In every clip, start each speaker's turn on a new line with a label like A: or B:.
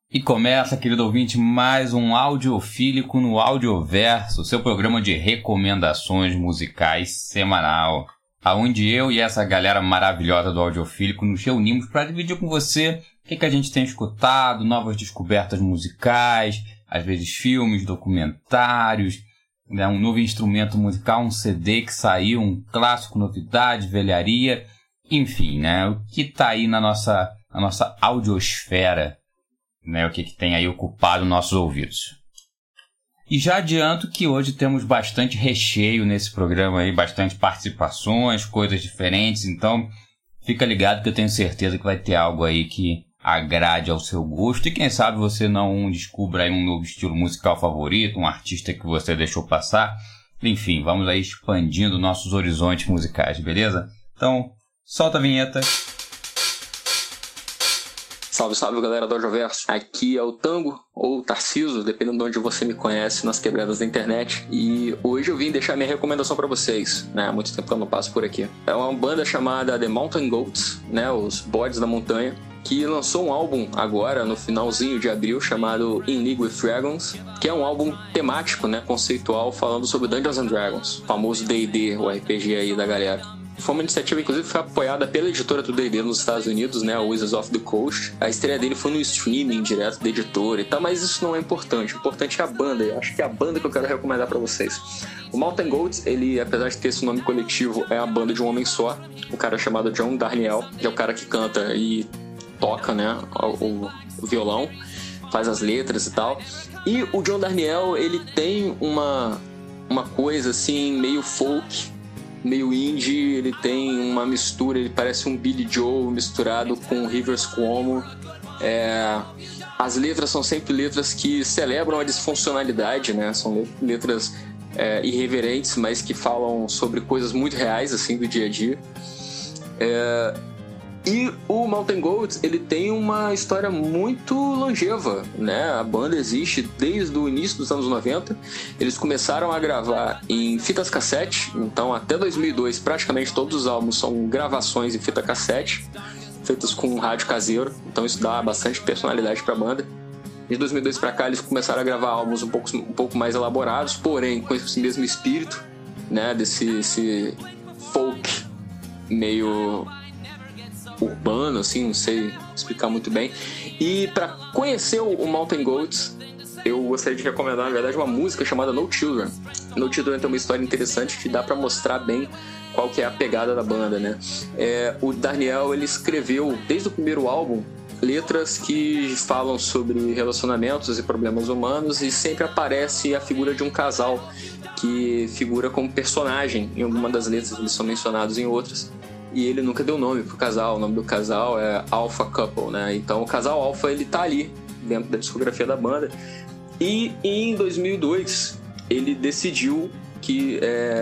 A: E começa, querido ouvinte, mais um Audiofílico no Audioverso, seu programa de recomendações musicais semanal, onde eu e essa galera maravilhosa do Audiofílico nos reunimos para dividir com você o que a gente tem escutado, novas descobertas musicais, às vezes filmes, documentários, né, um novo instrumento musical, um CD que saiu, um clássico, novidade, velharia, enfim, né, o que está aí na nossa audiosfera. Né, o que tem aí ocupado nossos ouvidos. E já adianto que hoje temos bastante recheio nesse programa aí, bastante participações, coisas diferentes, então fica ligado que eu tenho certeza que vai ter algo aí que agrade ao seu gosto e quem sabe você não descubra aí um novo estilo musical favorito, um artista que você deixou passar. Enfim, vamos aí expandindo nossos horizontes musicais, beleza? Então, solta a vinheta.
B: Salve, salve galera do Audioverso, aqui é o Tango, ou Tarciso, dependendo de onde você me conhece nas quebradas da internet. E hoje eu vim deixar minha recomendação pra vocês, né, há muito tempo que eu não passo por aqui. É uma banda chamada The Mountain Goats, né, os bodes da montanha, que lançou um álbum agora, no finalzinho de abril, chamado In League with Dragons, que é um álbum temático, né, conceitual, falando sobre Dungeons and Dragons, o famoso D&D, o RPG aí da galera. Foi uma iniciativa, inclusive, que foi apoiada pela editora do D&D nos Estados Unidos, né, a Wizards of the Coast. A estreia dele foi no streaming direto da editora e tal, mas isso não é importante. O importante é a banda, eu acho que é a banda que eu quero recomendar pra vocês. O Mountain Goats, ele, apesar de ter esse nome coletivo, é a banda de um homem só, um cara chamado John Darnielle, que é o cara que canta e toca, né, o violão, faz as letras e tal. E o John Darnielle, ele tem uma coisa assim, meio folk, meio indie, ele tem uma mistura, ele parece um Billy Joel misturado com Rivers Cuomo. As letras são sempre letras que celebram a disfuncionalidade, né? São letras irreverentes, mas que falam sobre coisas muito reais, assim, do dia a dia. E o Mountain Goats, ele tem uma história muito longeva, né? A banda existe desde o início dos anos 90. Eles começaram a gravar em fitas cassete, então até 2002 praticamente todos os álbuns são gravações em fita cassete, feitas com rádio caseiro, então isso dá bastante personalidade pra banda. De 2002 pra cá eles começaram a gravar álbuns um pouco mais elaborados, porém com esse mesmo espírito, né? Desse folk meio urbano, assim, não sei explicar muito bem. E para conhecer o Mountain Goats, eu gostaria de recomendar, na verdade, uma música chamada No Children. No Children tem uma história interessante que dá para mostrar bem qual que é a pegada da banda, né? O Darnielle, ele escreveu, desde o primeiro álbum, letras que falam sobre relacionamentos e problemas humanos, e sempre aparece a figura de um casal que figura como personagem em alguma das letras, eles são mencionados em outras. E ele nunca deu nome pro casal, o nome do casal é Alpha Couple, né? Então o casal Alpha, ele tá ali dentro da discografia da banda. E em 2002 ele decidiu que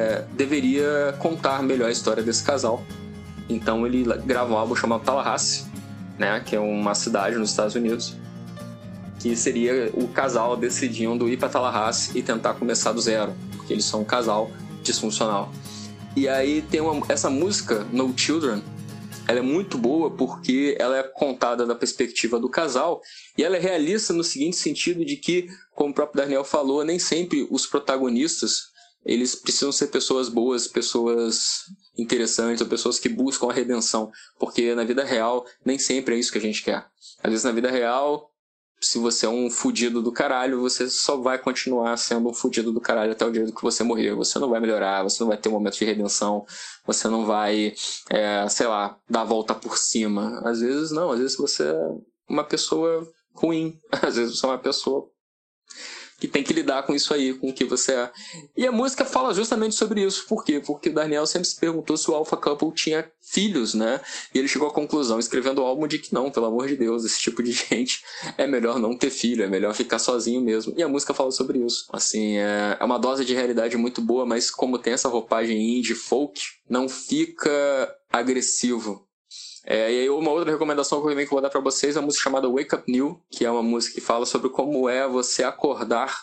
B: deveria contar melhor a história desse casal. Então ele grava um álbum chamado Tallahassee, né? Que é uma cidade nos Estados Unidos, que seria o casal decidindo ir para Tallahassee e tentar começar do zero, porque eles são um casal disfuncional. E aí tem essa música, No Children, ela é muito boa porque ela é contada da perspectiva do casal e ela é realista no seguinte sentido de que, como o próprio Darnielle falou, nem sempre os protagonistas, eles precisam ser pessoas boas, pessoas interessantes ou pessoas que buscam a redenção, porque na vida real nem sempre é isso que a gente quer. Às vezes na vida real, se você é um fudido do caralho, você só vai continuar sendo um fudido do caralho até o dia que você morrer. Você não vai melhorar, você não vai ter um momento de redenção, você não vai, sei lá, dar a volta por cima. Às vezes não, às vezes você é uma pessoa ruim, às vezes você é uma pessoa que tem que lidar com isso aí, com o que você é. E a música fala justamente sobre isso. Por quê? Porque o Darnielle sempre se perguntou se o Alpha Couple tinha filhos, né? E ele chegou à conclusão, escrevendo o álbum, de que não, pelo amor de Deus, esse tipo de gente é melhor não ter filho, é melhor ficar sozinho mesmo. E a música fala sobre isso. Assim, é uma dose de realidade muito boa, mas como tem essa roupagem indie, folk, não fica agressivo. E aí uma outra recomendação que eu vou dar pra vocês é uma música chamada Wake Up New, que é uma música que fala sobre como é você acordar,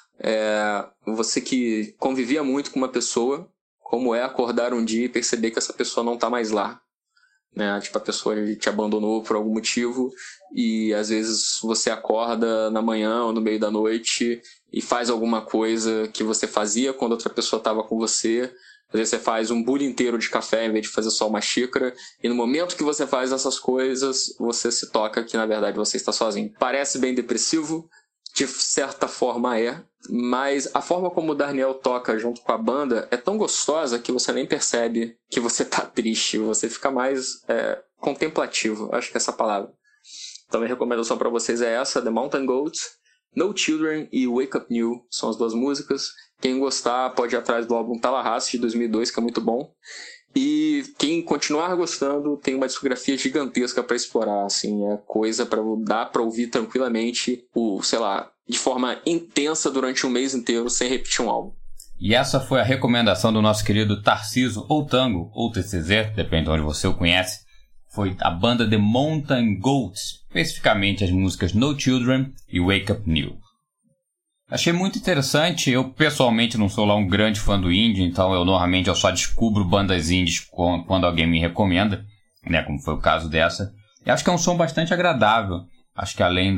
B: você que convivia muito com uma pessoa, como é acordar um dia e perceber que essa pessoa não tá mais lá, né? Tipo, a pessoa te abandonou por algum motivo e às vezes você acorda na manhã ou no meio da noite e faz alguma coisa que você fazia quando outra pessoa estava com você. Às vezes você faz um bule inteiro de café em vez de fazer só uma xícara. E no momento que você faz essas coisas, você se toca que na verdade você está sozinho. Parece bem depressivo, de certa forma é. Mas a forma como o Darnielle toca junto com a banda é tão gostosa que você nem percebe que você tá triste. Você fica mais contemplativo, acho que é essa palavra. Então minha recomendação para vocês é essa, The Mountain Goats, No Children e Wake Up New. São as 2 músicas. Quem gostar pode ir atrás do álbum Tallahassee de 2002, que é muito bom. E quem continuar gostando tem uma discografia gigantesca para explorar, assim, é coisa para dar para ouvir tranquilamente, de forma intensa durante um mês inteiro, sem repetir um álbum.
A: E essa foi a recomendação do nosso querido Tarciso, ou Tango, ou TCZ, depende de onde você o conhece. Foi a banda The Mountain Goats, especificamente as músicas No Children e Wake Up New. Achei muito interessante. Eu pessoalmente não sou lá um grande fã do indie, então normalmente eu só descubro bandas indies quando alguém me recomenda, né, como foi o caso dessa. E acho que é um som bastante agradável. Acho que além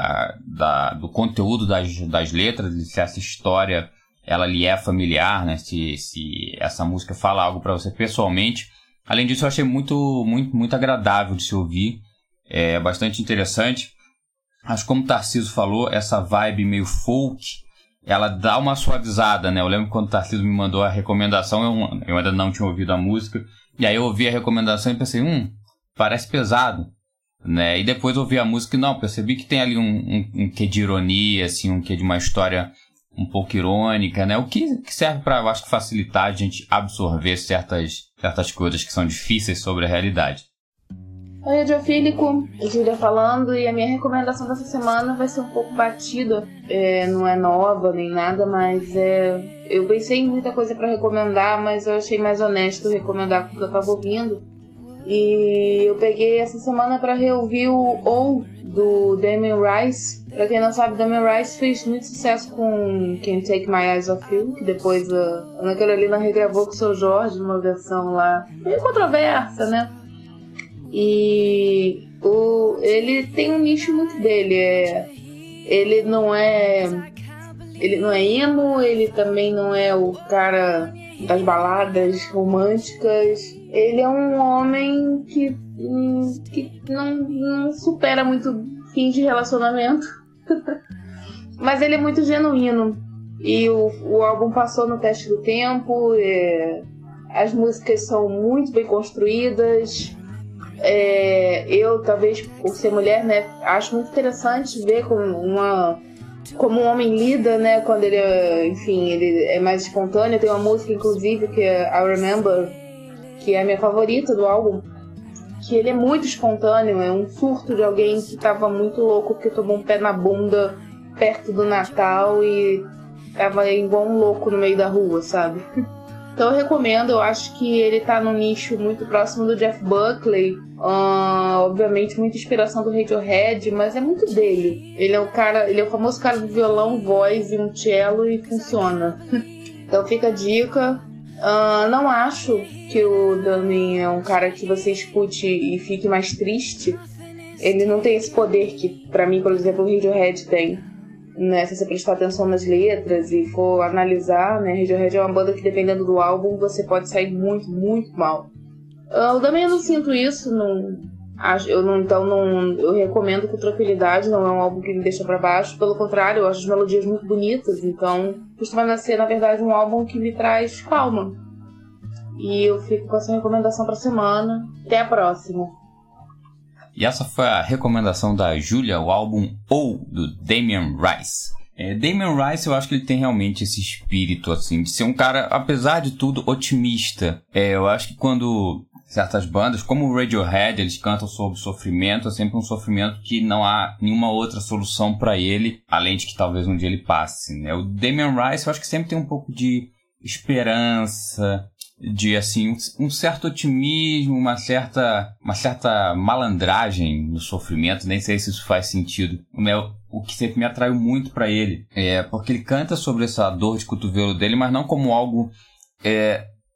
A: do conteúdo das letras, se essa história ela lhe é familiar, né, se essa música fala algo para você pessoalmente. Além disso, eu achei muito, muito, muito agradável de se ouvir. É bastante interessante. Acho que como o Tarciso falou, essa vibe meio folk, ela dá uma suavizada, né? Eu lembro quando o Tarciso me mandou a recomendação, eu ainda não tinha ouvido a música, e aí eu ouvi a recomendação e pensei, parece pesado, né? E depois eu ouvi a música e não, percebi que tem ali um quê de ironia, assim, um quê de uma história um pouco irônica, né? O que serve para, eu acho que, facilitar a gente absorver certas coisas que são difíceis sobre a realidade.
C: Oi, Audiofílico, Júlia falando, e a minha recomendação dessa semana vai ser um pouco batida, não é nova nem nada, mas eu pensei em muita coisa pra recomendar, mas eu achei mais honesto recomendar o que eu tava ouvindo, e eu peguei essa semana pra reouvir o Ou, do Damien Rice. Pra quem não sabe, Damien Rice fez muito sucesso com Can't Take My Eyes Off You, que depois a Ana Carolina regravou com o Seu Jorge numa versão lá meio controversa, né? E ele tem um nicho muito dele. Ele não é emo, ele também não é o cara das baladas românticas. Ele é um homem que não supera muito fins de relacionamento. Mas ele é muito genuíno. E o álbum passou no teste do tempo. As músicas são muito bem construídas. Eu, talvez por ser mulher, né, acho muito interessante ver como um homem lida, né, quando ele é mais espontâneo. Tem uma música, inclusive, que é I Remember, que é a minha favorita do álbum, que ele é muito espontâneo, é um surto de alguém que tava muito louco porque tomou um pé na bunda perto do Natal e tava igual um louco no meio da rua, sabe? Então eu recomendo, eu acho que ele tá num nicho muito próximo do Jeff Buckley, obviamente muita inspiração do Radiohead, mas é muito dele. Ele é o famoso cara do violão, voz e um cello e funciona. Então fica a dica. Não acho que o Damien é um cara que você escute e fique mais triste. Ele não tem esse poder que, pra mim, por exemplo, o Radiohead tem. Né, se você prestar atenção nas letras e for analisar, né, Radiohead é uma banda que, dependendo do álbum, você pode sair muito, muito mal. Eu também não sinto isso, eu recomendo com tranquilidade, não é um álbum que me deixa pra baixo, pelo contrário, eu acho as melodias muito bonitas, então costuma ser, na verdade, um álbum que me traz calma. E eu fico com essa recomendação pra semana. Até a próxima.
A: E essa foi a recomendação da Júlia, o álbum Ou, do Damien Rice. Damien Rice, eu acho que ele tem realmente esse espírito, assim, de ser um cara, apesar de tudo, otimista. Eu acho que quando certas bandas, como o Radiohead, eles cantam sobre sofrimento, é sempre um sofrimento que não há nenhuma outra solução pra ele, além de que talvez um dia ele passe, né? O Damien Rice, eu acho que sempre tem um pouco de esperança, de, assim, um certo otimismo, uma certa malandragem no sofrimento. Nem sei se isso faz sentido. O que sempre me atraiu muito pra ele porque ele canta sobre essa dor de cotovelo dele, mas não como algo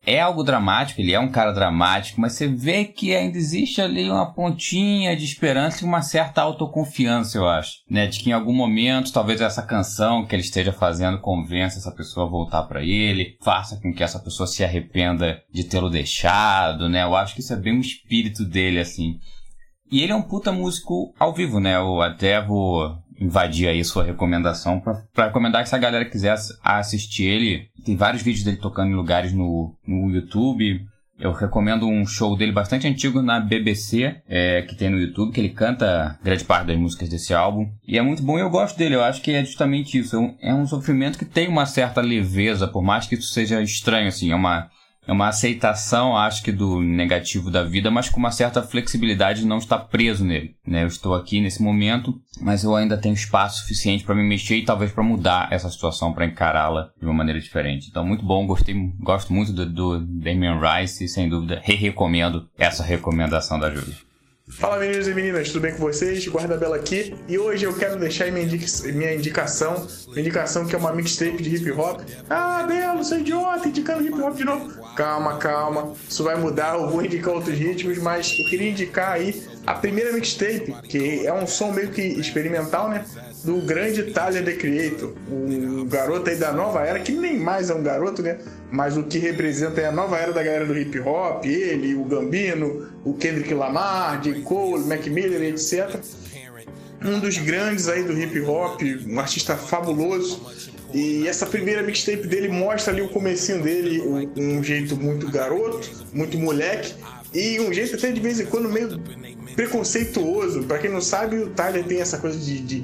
A: é algo dramático, ele é um cara dramático, mas você vê que ainda existe ali uma pontinha de esperança e uma certa autoconfiança, eu acho, né? De que em algum momento, talvez essa canção que ele esteja fazendo convença essa pessoa a voltar pra ele, faça com que essa pessoa se arrependa de tê-lo deixado, né? Eu acho que isso é bem o espírito dele, assim. E ele é um puta músico ao vivo, né? Eu até vou invadir aí sua recomendação pra recomendar que se a galera quiser assistir ele, tem vários vídeos dele tocando em lugares no YouTube. Eu recomendo um show dele bastante antigo na BBC, que tem no YouTube, que ele canta grande parte das músicas desse álbum. E é muito bom e eu gosto dele, eu acho que é justamente isso. É um sofrimento que tem uma certa leveza, por mais que isso seja estranho, assim, é uma aceitação, acho que, do negativo da vida, mas com uma certa flexibilidade de não estar preso nele, né? Eu estou aqui nesse momento, mas eu ainda tenho espaço suficiente para me mexer e talvez para mudar essa situação, para encará-la de uma maneira diferente. Então, muito bom, gosto muito do Damien Rice e, sem dúvida, recomendo essa recomendação da Júlia.
D: Fala, meninos e meninas, tudo bem com vocês? Guarda Bela aqui. E hoje eu quero deixar minha indicação que é uma mixtape de hip hop. Ah, Belo, você é idiota, indicando hip hop de novo. Calma, isso vai mudar, eu vou indicar outros ritmos, mas eu queria indicar aí a primeira mixtape, que é um som meio que experimental, né? Do grande Tyler, The Creator, um garoto aí da nova era, que nem mais é um garoto, né? Mas o que representa é a nova era da galera do hip hop, ele, o Gambino, o Kendrick Lamar, J. Cole, Mac Miller, etc. Um dos grandes aí do hip hop, um artista fabuloso. E essa primeira mixtape dele mostra ali o comecinho dele, um jeito muito garoto, muito moleque, e um jeito até de vez em quando meio preconceituoso. Pra quem não sabe, o Tyler tem essa coisa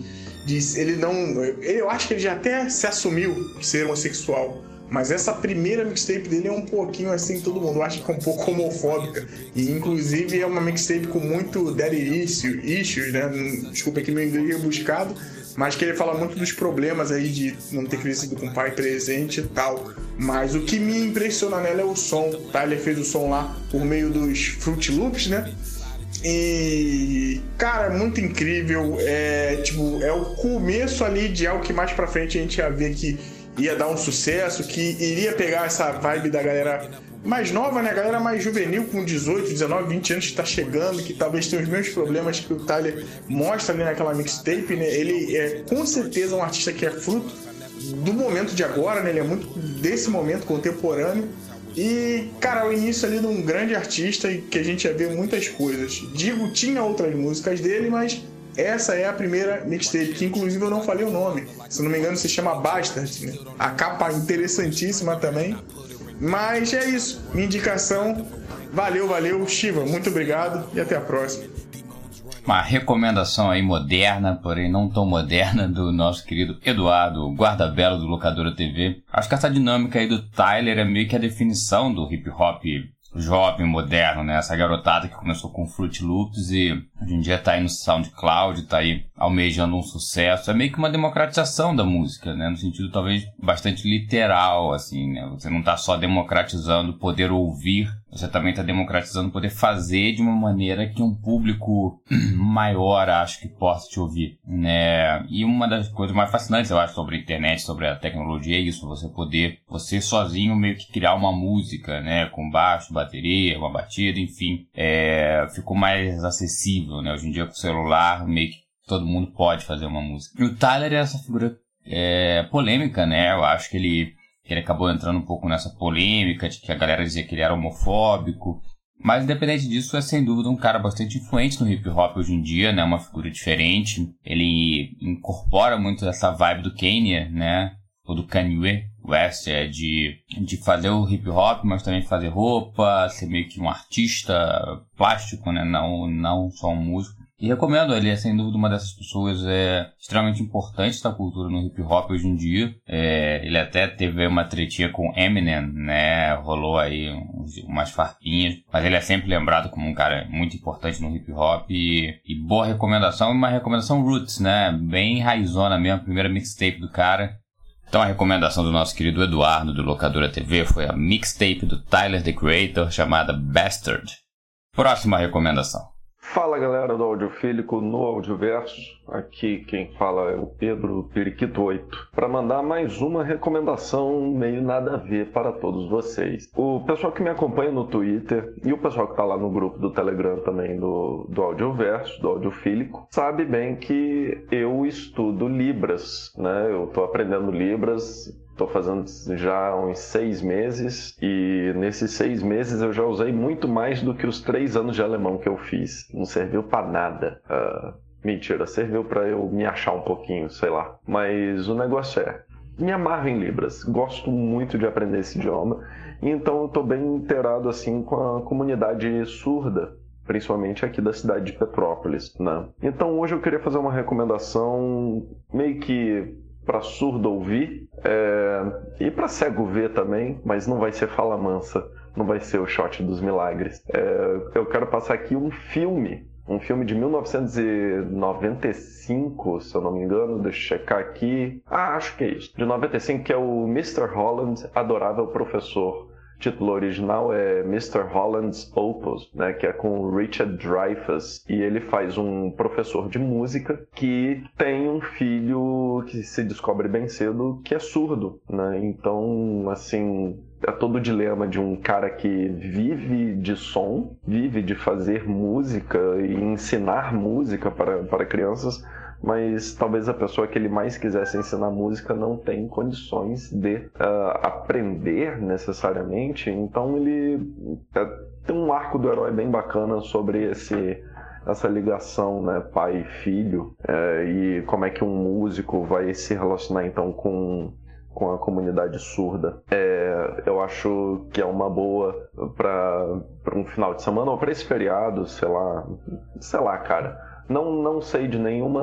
D: eu acho que ele já até se assumiu ser homossexual, mas essa primeira mixtape dele é um pouquinho assim, todo mundo acha que é um pouco homofóbica, e inclusive é uma mixtape com muito daddy issues, né? Desculpa que meu inglês é buscado, mas que ele fala muito dos problemas aí de não ter crescido com o pai presente e tal. Mas o que me impressiona nela é o som. Tyler fez o som lá por meio dos Fruit Loops, né? E, cara, muito incrível. É o começo ali de algo que mais pra frente a gente ia ver que ia dar um sucesso, que iria pegar essa vibe da galera mais nova, né? A galera mais juvenil, com 18, 19, 20 anos, que tá chegando, que talvez tenha os mesmos problemas que o Tyler mostra ali naquela mixtape, né? Ele é com certeza um artista que é fruto do momento de agora, né? Ele é muito desse momento contemporâneo. E, cara, o início ali de um grande artista e que a gente ia ver muitas coisas. Digo, tinha outras músicas dele, mas essa é a primeira mixtape, que inclusive eu não falei o nome. Se não me engano, se chama Bastard, né? A capa interessantíssima também. Mas é isso, minha indicação. Valeu, Shiva, muito obrigado e até a próxima.
A: Uma recomendação aí moderna, porém não tão moderna, do nosso querido Eduardo, guarda-belo do Locadora TV. Acho que essa dinâmica aí do Tyler é meio que a definição do hip hop jovem, moderno, né? Essa garotada que começou com Fruit Loops e hoje em dia tá aí no SoundCloud, tá aí almejando um sucesso. É meio que uma democratização da música, né? No sentido talvez bastante literal, assim, né? Você não tá só democratizando o poder ouvir, você também está democratizando o poder fazer de uma maneira que um público maior, acho que possa te ouvir, né? E uma das coisas mais fascinantes, eu acho, sobre a internet, sobre a tecnologia, é isso, você sozinho meio que criar uma música, né? Com baixo, bateria, uma batida, enfim, ficou mais acessível, né? Hoje em dia com o celular, meio que todo mundo pode fazer uma música. E o Tyler é essa figura polêmica, né? Eu acho que ele acabou entrando um pouco nessa polêmica de que a galera dizia que ele era homofóbico, mas independente disso, é sem dúvida um cara bastante influente no hip hop hoje em dia, né? Uma figura diferente. Ele incorpora muito essa vibe do Kanye, né? Ou do Kanye West, de fazer o hip hop, mas também fazer roupa, ser meio que um artista plástico, né? Não só um músico. E recomendo, ele é sem dúvida uma dessas pessoas extremamente importantes da cultura no hip hop hoje em dia. Ele até teve uma tretinha com Eminem, né? Rolou aí umas farpinhas, mas ele é sempre lembrado como um cara muito importante no hip hop e boa recomendação, uma recomendação roots, né? Bem raizona mesmo, a primeira mixtape do cara. Então a recomendação do nosso querido Eduardo do Locadora TV foi a mixtape do Tyler, The Creator, chamada Bastard. Próxima recomendação.
E: Fala galera do Audiofílico no Audioverso, aqui quem fala é o Pedro Periquito 8, para mandar mais uma recomendação meio nada a ver para todos vocês. O pessoal que me acompanha no Twitter e o pessoal que está lá no grupo do Telegram também do Audioverso, do Audiofílico, sabe bem que eu estudo Libras, né? Eu estou aprendendo Libras. Estou fazendo já uns 6 meses e nesses 6 meses eu já usei muito mais do que os 3 anos de alemão que eu fiz. Não serviu para nada. Mentira, serviu para eu me achar um pouquinho, sei lá. Mas o negócio me amarro em Libras. Gosto muito de aprender esse idioma. Então eu estou bem inteirado assim, com a comunidade surda, principalmente aqui da cidade de Petrópolis, né? Então hoje eu queria fazer uma recomendação meio que para surdo ouvir e para cego ver também, mas não vai ser fala mansa, não vai ser o shot dos milagres. Eu quero passar aqui um filme de 1995, se eu não me engano, deixa eu checar aqui, acho que é isso, de 95, que é o Mr. Holland, Adorável Professor. O título original é Mr. Holland's Opus, né, que é com Richard Dreyfuss, e ele faz um professor de música que tem um filho que se descobre bem cedo que é surdo, né? Então, assim, é todo o dilema de um cara que vive de som, vive de fazer música e ensinar música para crianças, mas talvez a pessoa que ele mais quisesse ensinar música não tem condições de aprender necessariamente. Então ele tem um arco do herói bem bacana sobre essa ligação, né, pai e filho, e como é que um músico vai se relacionar então com a comunidade surda. Eu acho que é uma boa para um final de semana ou para esse feriado, sei lá, cara. Não sei de nenhum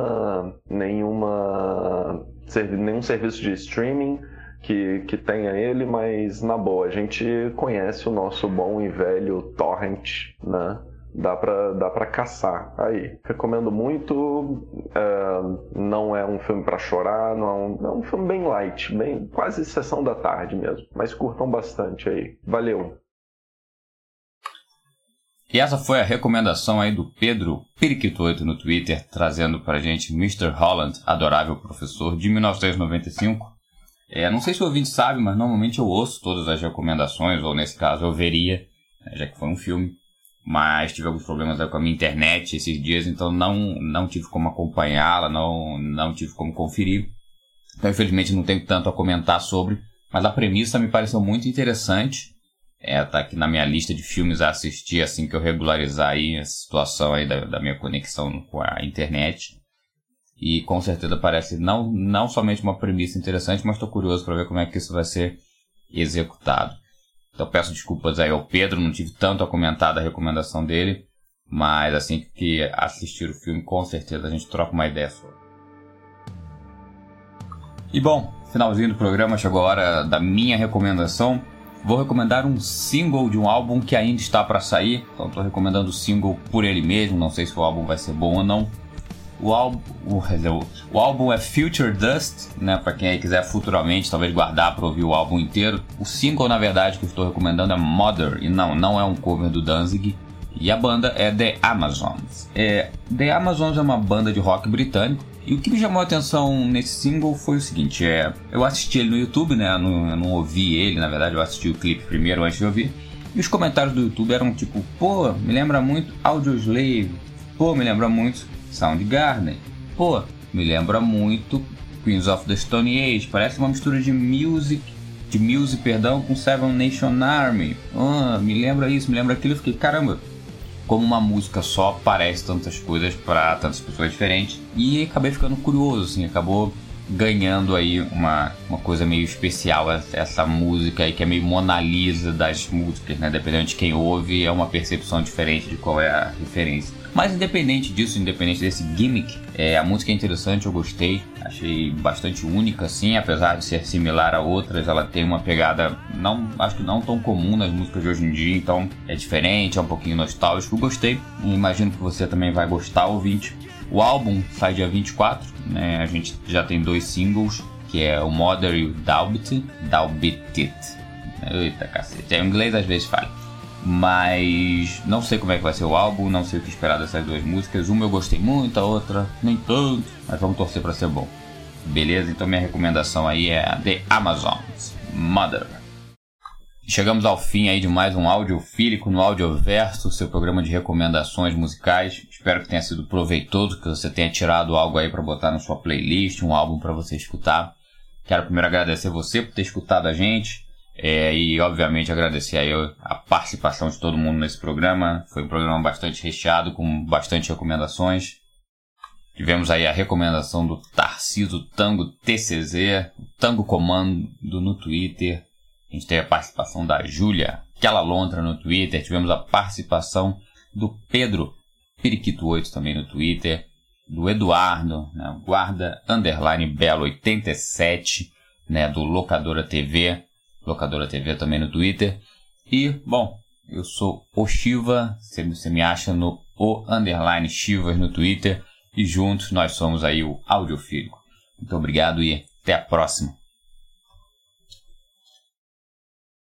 E: serviço de streaming que tenha ele, mas na boa, a gente conhece o nosso bom e velho torrent, né? Dá pra caçar. Aí, recomendo muito. Não é um filme pra chorar, não é um filme bem light, bem quase sessão da tarde mesmo, mas curtam bastante aí. Valeu!
A: E essa foi a recomendação aí do Pedro Periquito 8 no Twitter, trazendo pra gente Mr. Holland, Adorável Professor, de 1995. Não sei se o ouvinte sabe, mas normalmente eu ouço todas as recomendações, ou nesse caso eu veria, já que foi um filme. Mas tive alguns problemas aí com a minha internet esses dias, então não tive como acompanhá-la, não tive como conferir. Então infelizmente não tenho tanto a comentar sobre, mas a premissa me pareceu muito interessante. Tá aqui na minha lista de filmes a assistir assim que eu regularizar aí a situação aí da minha conexão com a internet. E com certeza parece não somente uma premissa interessante, mas estou curioso para ver como é que isso vai ser executado. Então peço desculpas aí ao Pedro, não tive tanto a comentar da recomendação dele, mas assim que assistir o filme, com certeza a gente troca uma ideia sobre. E bom, finalzinho do programa, chegou a hora da minha recomendação. Vou recomendar um single de um álbum que ainda está para sair, então estou recomendando o single por ele mesmo, não sei se o álbum vai ser bom ou não. O álbum é Future Dust, né, para quem aí quiser futuramente talvez guardar para ouvir o álbum inteiro. O single, na verdade, que eu estou recomendando é Mother, e não é um cover do Danzig. E a banda é The Amazons. The Amazons é uma banda de rock britânico. E o que me chamou a atenção nesse single foi o seguinte, eu assisti ele no YouTube, né, eu não ouvi ele, na verdade, eu assisti o clipe primeiro antes de ouvir. E os comentários do YouTube eram tipo, pô, me lembra muito Audioslave, pô, me lembra muito Soundgarden, pô, me lembra muito Queens of the Stone Age, parece uma mistura de Muse, com Seven Nation Army, me lembra isso, me lembra aquilo. Eu fiquei, caramba, como uma música só parece tantas coisas para tantas pessoas diferentes, e acabei ficando curioso, assim, acabou ganhando aí uma coisa meio especial essa música aí, que é meio Mona Lisa das músicas, né? Dependendo de quem ouve, é uma percepção diferente de qual é a referência. Mas independente disso, independente desse gimmick, a música é interessante, eu gostei, achei bastante única, assim, apesar de ser similar a outras, ela tem uma pegada, acho que não tão comum nas músicas de hoje em dia, então é diferente, é um pouquinho nostálgico, gostei, e imagino que você também vai gostar, ouvinte. O álbum sai dia 24, né? A gente já tem 2 singles, que é o Mother e o Dalbit It. Eita cacete, em inglês às vezes falha. Mas não sei como é que vai ser o álbum, não sei o que esperar dessas duas músicas. Uma eu gostei muito, a outra nem tanto, mas vamos torcer pra ser bom. Beleza? Então minha recomendação aí é The Amazons, Mother. Chegamos ao fim aí de mais um Audiofílico no Audioverso, seu programa de recomendações musicais. Espero que tenha sido proveitoso, que você tenha tirado algo aí pra botar na sua playlist, um álbum pra você escutar. Quero primeiro agradecer você por ter escutado a gente. E obviamente agradecer aí a participação de todo mundo nesse programa. Foi um programa bastante recheado, com bastante recomendações. Tivemos aí a recomendação do Tarciso Tango TCZ, Tango Comando no Twitter. A gente teve a participação da Júlia Quelalontra no Twitter. Tivemos a participação do Pedro Periquito 8 também no Twitter. Do Eduardo, né, Guarda_Belo87, né, do Locadora TV. Locadora TV também no Twitter. E, bom, eu sou o Shiva, você me acha no _Chivas no Twitter. E juntos nós somos aí o Audiofílico. Muito obrigado e até a próxima.